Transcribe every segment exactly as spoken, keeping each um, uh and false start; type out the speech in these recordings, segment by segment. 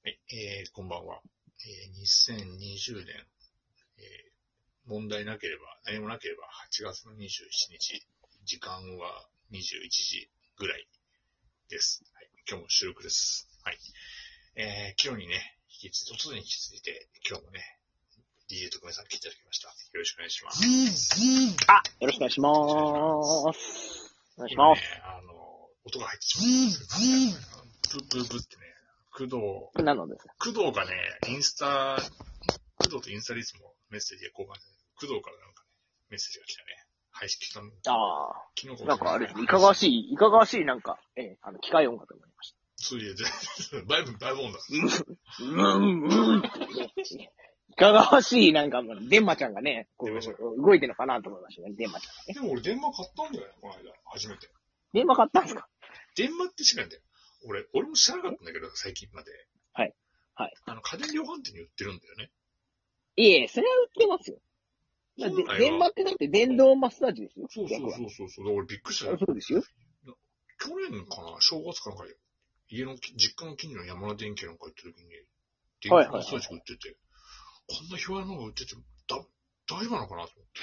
はい、えー、こんばんは。えー、にせんにじゅうねん、えー、問題なければ、何もなければはちがつのにじゅうしちにち、時間はにじゅういちじぐらいです。はい、今日も収録です。はい。えー、昨日にね、引き続いて、突然引き続いて、今日もね、ディージェー 特命さん来ていただきました。よろしくお願いします。 あ、よろしくお願いしまーす。お願いします。 今ね、あの、音が入ってしまったんですよ。ブブブってね、工藤、 何なんですか？ 工藤がね、インスタ、工藤とインスタでいつもメッセージで交換して、工藤からなんかね、メッセージが来たね。配信来たの。 ああ。 昨日なんかあれですね、いかがわしい、いかがわしいなんか、ええ、あの、機械音かと思いました。 そういや、バイブ、バイブ音だ。 うん、うん、うん。いかがわしいなんか、デンマちゃんがね、こう、動いてるのかなと思いましたね、デンマちゃんがね。 でも俺電話買ったんだよね、この間。初めて。 電話買ったんですか？ 電話って知らんだよ。俺、俺も知らなかったんだけど、最近まで。 はい。はい。 あの、家電量販店に売ってるんだよね。 いえ、それは売ってますよ。で電話ってだって電動マッサージですよ。 そうそうそうそうそう。俺びっくりしたよ。 そうですよ。 去年かな、正月かなんか家の、実家の近所の山田電機なんか行った時に、電気マッサージが売ってて、こんな卑猥なのが売ってて、だ、大丈夫なのかなと思って。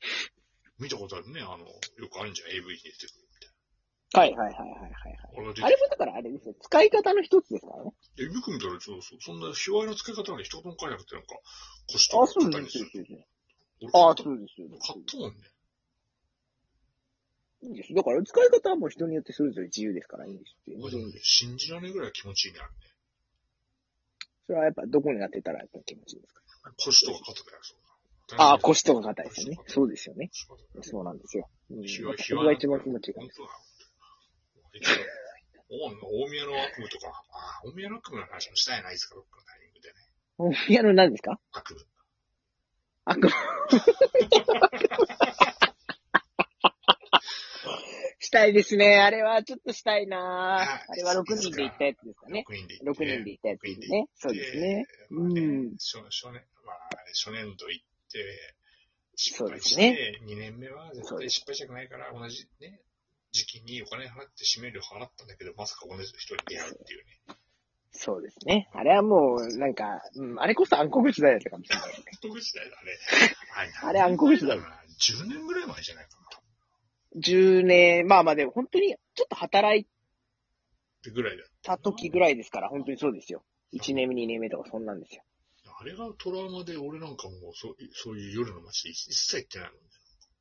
見たことあるね、あの、よくあるんじゃん、エーブイ に出てくるみたいな。 はいはいはいはいはい、はい。あれもだからあれですよ。使い方の一つですからね。 え、よく見たら、そうそう、そんな卑猥な使い方が一言も書いなくて、なんか、腰とか肩にする。 ああ、そうですよ。 買ったもんね。 いいんです。だから使い方はもう人によってそれぞれ自由ですからいいんですよ。 信じられないぐらい気持ちいいね、あれね。 それはやっぱどこに当てたらやっぱ気持ちいいですか？ 腰とか肩だよ、そうだ。ああ、腰とか肩ですよね。そうですよね。そうなんですよ。 卑猥、 そこが一番気持ちいい。 本当だ。大宮の悪夢とか、ああ、大宮の悪夢の話もしたいな、いつかどっかのタイミングでね。 大宮の何ですか？ 悪夢。 悪夢。したいですね。あれはちょっとしたいなあ。あれはろくにんで行ったやつですかね。ろくにんで行った。ろくにんで行ったやつですね。そうですね。 まあね、うん。初年、まあ、初年度行って、失敗して、にねんめは絶対失敗したくないから、同じね、時期にお金払って締め料払ったんだけど、まさか同じ人に出会うっていうね。 そうですね。あれはもう、なんか、うん、あれこそ暗黒時代だったかもしれない、ね。 暗黒時代だね。 あれ暗黒時代。 じゅうねんぐらい前じゃないかな。 じゅうねん、まあまあでも本当にちょっと働いぐらいだた時ぐらいですから、本当にそうですよ。いちねんめ、にねんめとかそんなんですよ。 あれがトラウマで、俺なんかもうそ、そういう夜の街で一切行ってないもんね。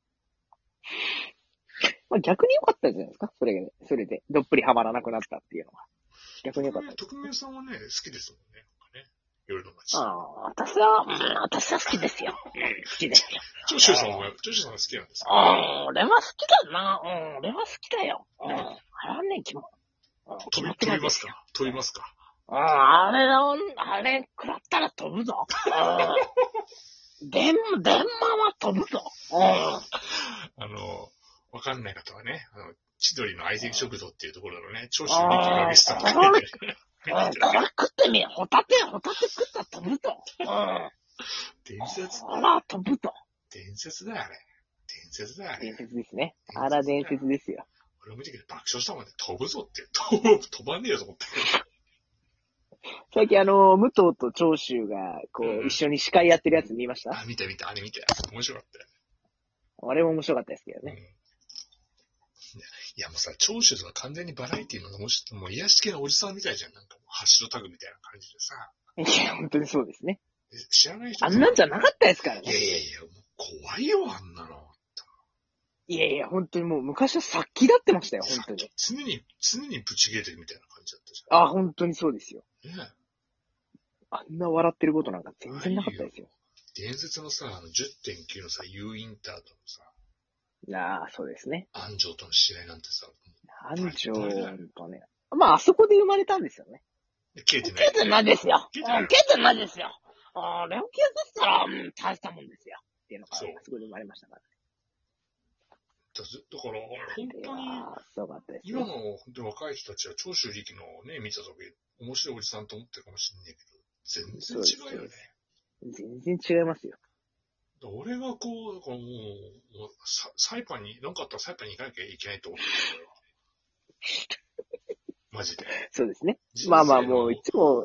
まあ逆に良かったじゃないですか、それ、それで。どっぷりハマらなくなったっていうのは。逆に良かった。 特命さんはね、好きですもんね。ね、夜の街。 ああ、私は、うん、私は好きですよ。うん、好きですよ。 長州さんは、長州さんが好きなんですか？ ああ、俺は好きだな。うん、俺は好きだよ。うん、あれはね、気も。 飛び、飛びますか？飛びますか？ うん、あれだ、あれ食らったら飛ぶぞ。うん。電、電話は飛ぶぞ。うん。 あの、わかんない方はね、あの、千鳥の相席食堂っていうところのね、長州力がゲストに。 これ食ってみ、ホタテ、ホタテ食ったら飛ぶぞ。うん。 伝説あら、飛ぶぞ。 伝説だよ、あれ。伝説だよ、あれ。 伝説ですね。あら、伝説ですよ。 俺も見て爆笑したもんね。飛ぶぞって。飛ぶ、飛ばねえよと思って。 最近あの、武藤と長州が、こう、うん、一緒に司会やってるやつ見ました？ あ、見た見た、あれ見た。面白かったよ。 あれも面白かったですけどね。うん、いや、もうさ、長州とか完全にバラエティのもし、もう癒し系のおじさんみたいじゃん。なんかもう、ハッシュタグみたいな感じでさ。 いや、本当にそうですね。 知らない人あんなんじゃなかったですからね。 いやいやいや、もう怖いよ、あんなの。 いやいや、本当にもう昔は殺気立ってましたよ、本当に。 常に、常にブチ切れてるみたいな感じだったじゃん。あ、本当にそうですよ。 ねえ。 あんな笑ってることなんか全然なかったですよ。 伝説のさ、あの じゅってんきゅう のさ、U インターとのさ。 ああ、そうですね。 安城との試合なんてさ。 安城とね。まあ、あそこで生まれたんですよね。 切れてない。 切れてないですよ。切れてないですよ。ああ、レオキアだったら、うん、大したもんですよ。っていうのが、あそこで生まれましたから。 だ, だから、本当に、今の本当に若い人たちは長州力のね、見たとき、面白いおじさんと思ってるかもしれないけど、全然違うよね。 全然違いますよ。 俺がこう、だからもう、もうサイパンに、なんかあったらサイパンに行かなきゃいけないと思ってるマジで。 そうですね。まあまあもう、いつも、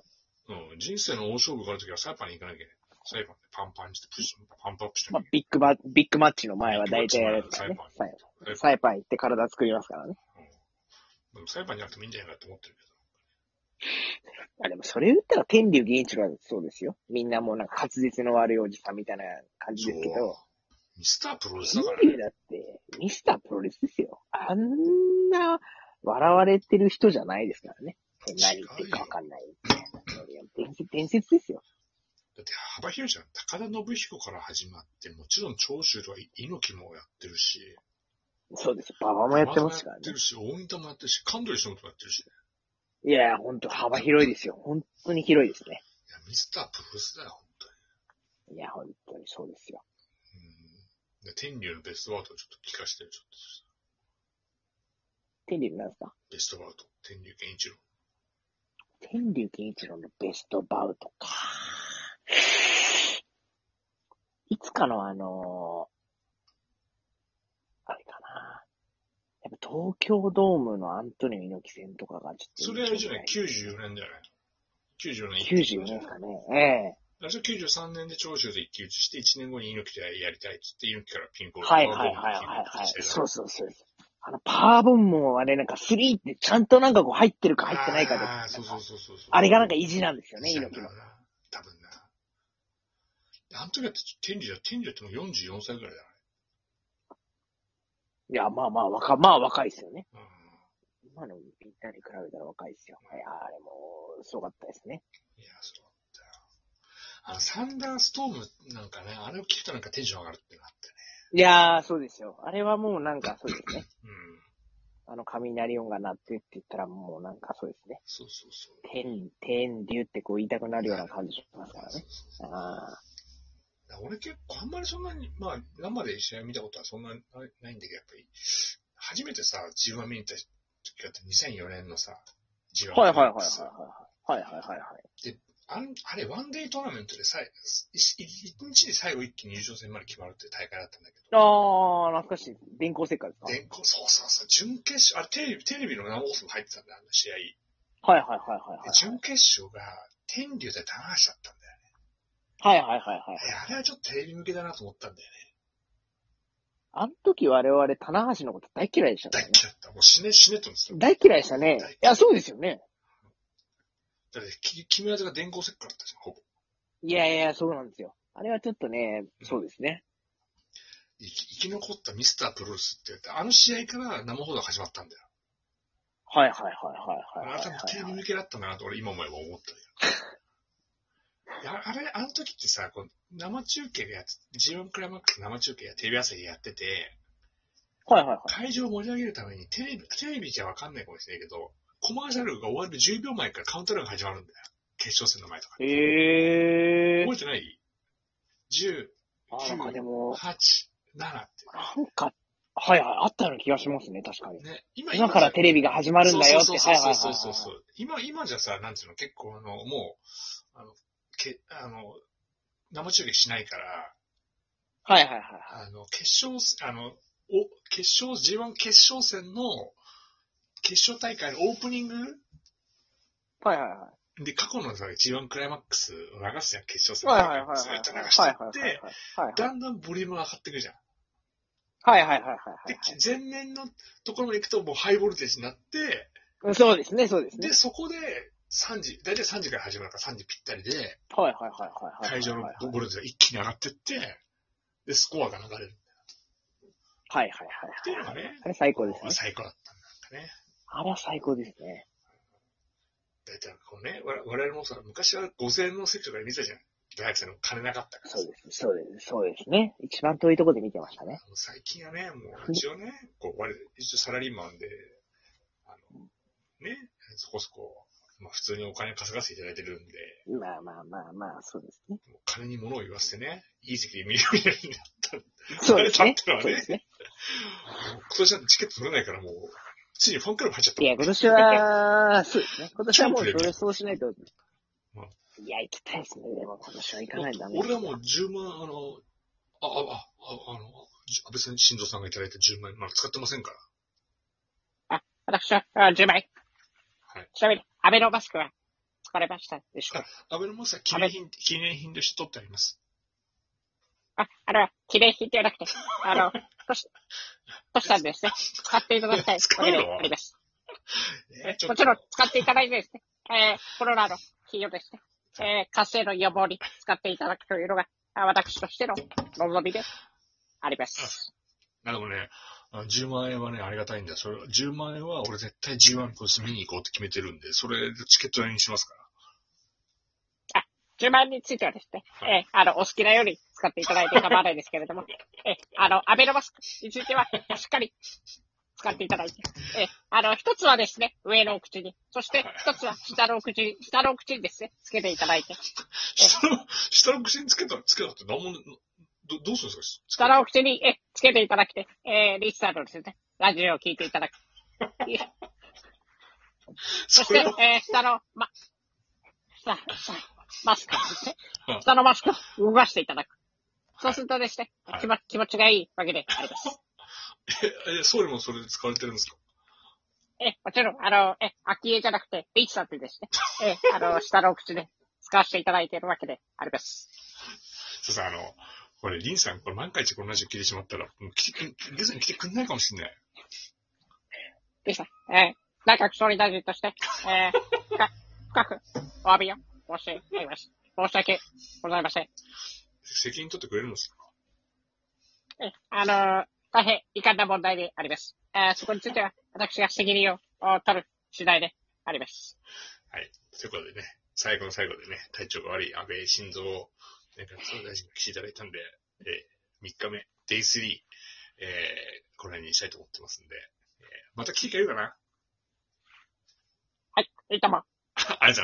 うん。人生の大勝負があるときはサイパンに行かなきゃいけない。サイパンでパンパンしてプッシュ、パンプアップして。 まあ、ビッグマ、ビッグマッチの前は大体やるんですね。 サイパン。 サイパン行って体作りますからね。 うん。でもサイパンじゃなくてもいいんじゃないかと思ってるけど。 あ、でもそれ言ったら天竜源一郎はそうですよ。みんなもうなんか滑舌の悪いおじさんみたいな感じですけど。 ミスタープロレスだから、 ね。天竜だって、ミスタープロレスですよ。あんな笑われてる人じゃないですからね。何言ってるかわかんない。伝説、伝説ですよ。 だって幅広いじゃん。高田信彦から始まって、もちろん長州とか猪木もやってるし。 そうです。馬場もやってますからね。 馬場もやってるし、大仁田もやってるし、神取忍もやってるし。 いやいや、ほんと幅広いですよ。本当に広いですね。 いや、ミスタープロレスだよ、本当に。 いや、本当にそうですよ。 うん。天竜のベストバウトをちょっと聞かせてよ、ちょっと。 天竜なんですか？ ベストバウト。天竜源一郎。 天竜源一郎のベストバウトか。いつかのあのー、あれかな。やっぱ東京ドームのアントニオ猪木戦とかがちょっと。 それあれじゃない ?きゅうじゅうよねんだよね。きゅうじゅうよねん。 きゅうじゅうよねんですかね。ええー。あれじゃきゅうじゅうさんねんで長州で一騎打ちして、いちねんごに猪木でやりたいっつって、猪木からピンコール。 はいはいはいはいはい。そうそうそう。あの、パーボンもあれなんかスリーってちゃんとなんかこう入ってるか入ってないかで。 ああ、そうそうそうそう。 あれがなんか意地なんですよね、猪木の。 多分な。あの時だって天竜だ、天竜ってもうよんじゅうよんさいぐらいだね。 いや、まあまあ、若、まあ若いですよね。 うん、 今のピッタリ比べたら若いですよ。いや、あれも、すごかったですね。 いや、そうだったよ。あの、サンダーストームなんかね、あれを聞くとなんかテンション上がるってなってね。 いやー、そうですよ。あれはもうなんかそうですね。 うん。 あの、雷音が鳴ってって言ったらもうなんかそうですね。 そうそうそう。 天、天竜ってこう言いたくなるような感じしますからね。あ俺結構あんまりそんなに、まあ、生で試合見たことはそんなにないんだけど、やっぱり、初めてさ、ジーワン見に行った時だってにせんよねんのさ、ジーワン。 はいはいはいはいはい。はいはいはいはい。 で、あんあれ、ワンデートーナメントでさい、一日で最後一気に優勝戦まで決まるっていう大会だったんだけど。 あー、懐かしい。電光石火ですか？ 電光、そうそうそう、準決勝、あれテレビ、テレビの生放送も入ってたんだよ、あの試合。 はいはいはいはい、はい。 準決勝が、天竜で棚橋だったんだよね。 はいはいはいはい。 あれはちょっとテレビ向けだなと思ったんだよね。 あの時我々、棚橋のこと大嫌いでしたね。 大嫌いだった。もう死ね死ねと思ってた。 大嫌いでしたね。いや、そうですよね。 だって、決め技が電光石火だったじゃん、ほぼ。 いやいや、そうなんですよ。あれはちょっとね、そうですね。 生き生き残ったミスタープロレスって言って、あの試合から生放送が始まったんだよ。 はいはいはいはいはい、はい。 あれ多分テレビ向けだったんだなと俺今思えば思ったけど。あれ、あの時ってさ、こう生中継でやって、ジーワン クライマックス生中継やテレビ朝日でやってて、 はいはいはい。 会場を盛り上げるためにテレビ、テレビじゃわかんないかもしれないけど、コマーシャルが終わるじゅうびょうまえからカウントダウンが始まるんだよ。決勝戦の前とか。 へー。 覚えてない ?じゅう、 あ、なんかでも、 はち、ななって。 なんか、はいはい、あったような気がしますね、確かに。 ね、今、 今からテレビが始まるんだよって、 そうはいはいはい。 そうそうそう。今、今じゃさ、なんていうの、結構あの、もう、あの、け、あの、生中継しないから、 はいはいはい。 あの、決勝、あの、お、決勝、ジーワン 決勝戦の、決勝大会のオープニングはいはいはい。 で、過去のさ、ジーワン クライマックスを流すじゃん、決勝戦。 はいはいはい。 ずっと流してって、だんだんボリュームが上がってくるじゃん。 はいはいはいはい。 で、前面のところまで行くともうハイボルテージになって、 そうですね、そうですね。 で、そこでさんじ、だいたいさんじから始まるからさんじぴったりで、 はいはいはいはい。 会場のボルテージが一気に上がってって、で、スコアが流れる。 はいはいはい。 っていうのがね。 あれ最高ですね。 最高だったんだね。 あれは最高ですね。 だいたいこうね、我々もさ、昔はごせんえんの席とかで見てたじゃん。大学生の金なかったから。 そうです、そうです、そうですね。一番遠いところで見てましたね。 最近はね、もう一応ね、こう、我々、一応サラリーマンで、あの、ね、そこそこ、まあ普通にお金稼がせていただいてるんで。 まあまあまあまあ、そうですね。 金に物を言わせてね、いい席で見れるみたいになった。 そうですね。 たってのはね。 ね今年はチケット取れないからもう、ついにファンクラブ入っちゃった。 いや、今年は、そうですね。今年はもうそれそうしないと。いや、行きたいですね。でも今年は行かないとダメ。 俺はもうじゅうまん、あの、あ、あ、あ、あの、安倍さん、新藤さんがいただいたじゅうまん円、まだ使ってませんから。 あ、私は、あじゅうまい。 はい。 ちなみに、アベノマスクは、使かれましたでしょうか。 アベノマスクは記念品、記念品として取ってあります。 あ、あの、記念品ではなくて、あの、とし、としたんですね。使っていただきたいわけであります。えー、もちろん使っていただいてですね、えー、コロナの費用ですね、えー、活性の予防に使っていただくというのが、私としての望みであります。 なるほどね。じゅうまん円はね、ありがたいんだよ。それ、じゅうまん円は俺絶対 ジーワン コース見に行こうって決めてるんで、それでチケット代にしますから。 あ、じゅうまん円についてはですね、はい、えー、あの、お好きなように使っていただいて構わないですけれども、えー、あの、アベノマスクについては、しっかり使っていただいて、えー、あの、一つはですね、上のお口に、そして一つは下のお口に、下のお口にですね、つけていただいて。 下の、下の口につけた、つけたって何も、ど、どうするんですか？ 下のお口に、え、つけていただきて、えー、リスさんのですね、ラジオを聞いていただく。そして、えー、下の、ま、下、下、マスクですね。下のマスクを動かしていただく。そうするとですね、はい、気持、気持ちがいいわけであります。 え、え、総理もそれで使われてるんですか？ え、もちろん、あの、え、秋江じゃなくて、リーチさんってですね、え、あの、下のお口で使わせていただいているわけであります。 そうさ、あの、これ、リンさん、これ万が一このラジオ聞いてしまったら、もう来て、ゲストに来てくんないかもしれない。 リンさん、えー、内閣総理大臣として、えー、深くお詫びを申し上げます。申し訳ございません。 責任取ってくれるんですか？ え、あの、大変遺憾な問題であります。えー、そこについては、私が責任を取る次第であります。 はい。ということでね、最後の最後でね、体調が悪い安倍晋三内閣総理大臣が来ていただいたんで、えー、みっかめ、デイスリー、えー、この辺にしたいと思ってますんで、えー、また来てくれるかな？ はい、いいとも。 ありがとうございます。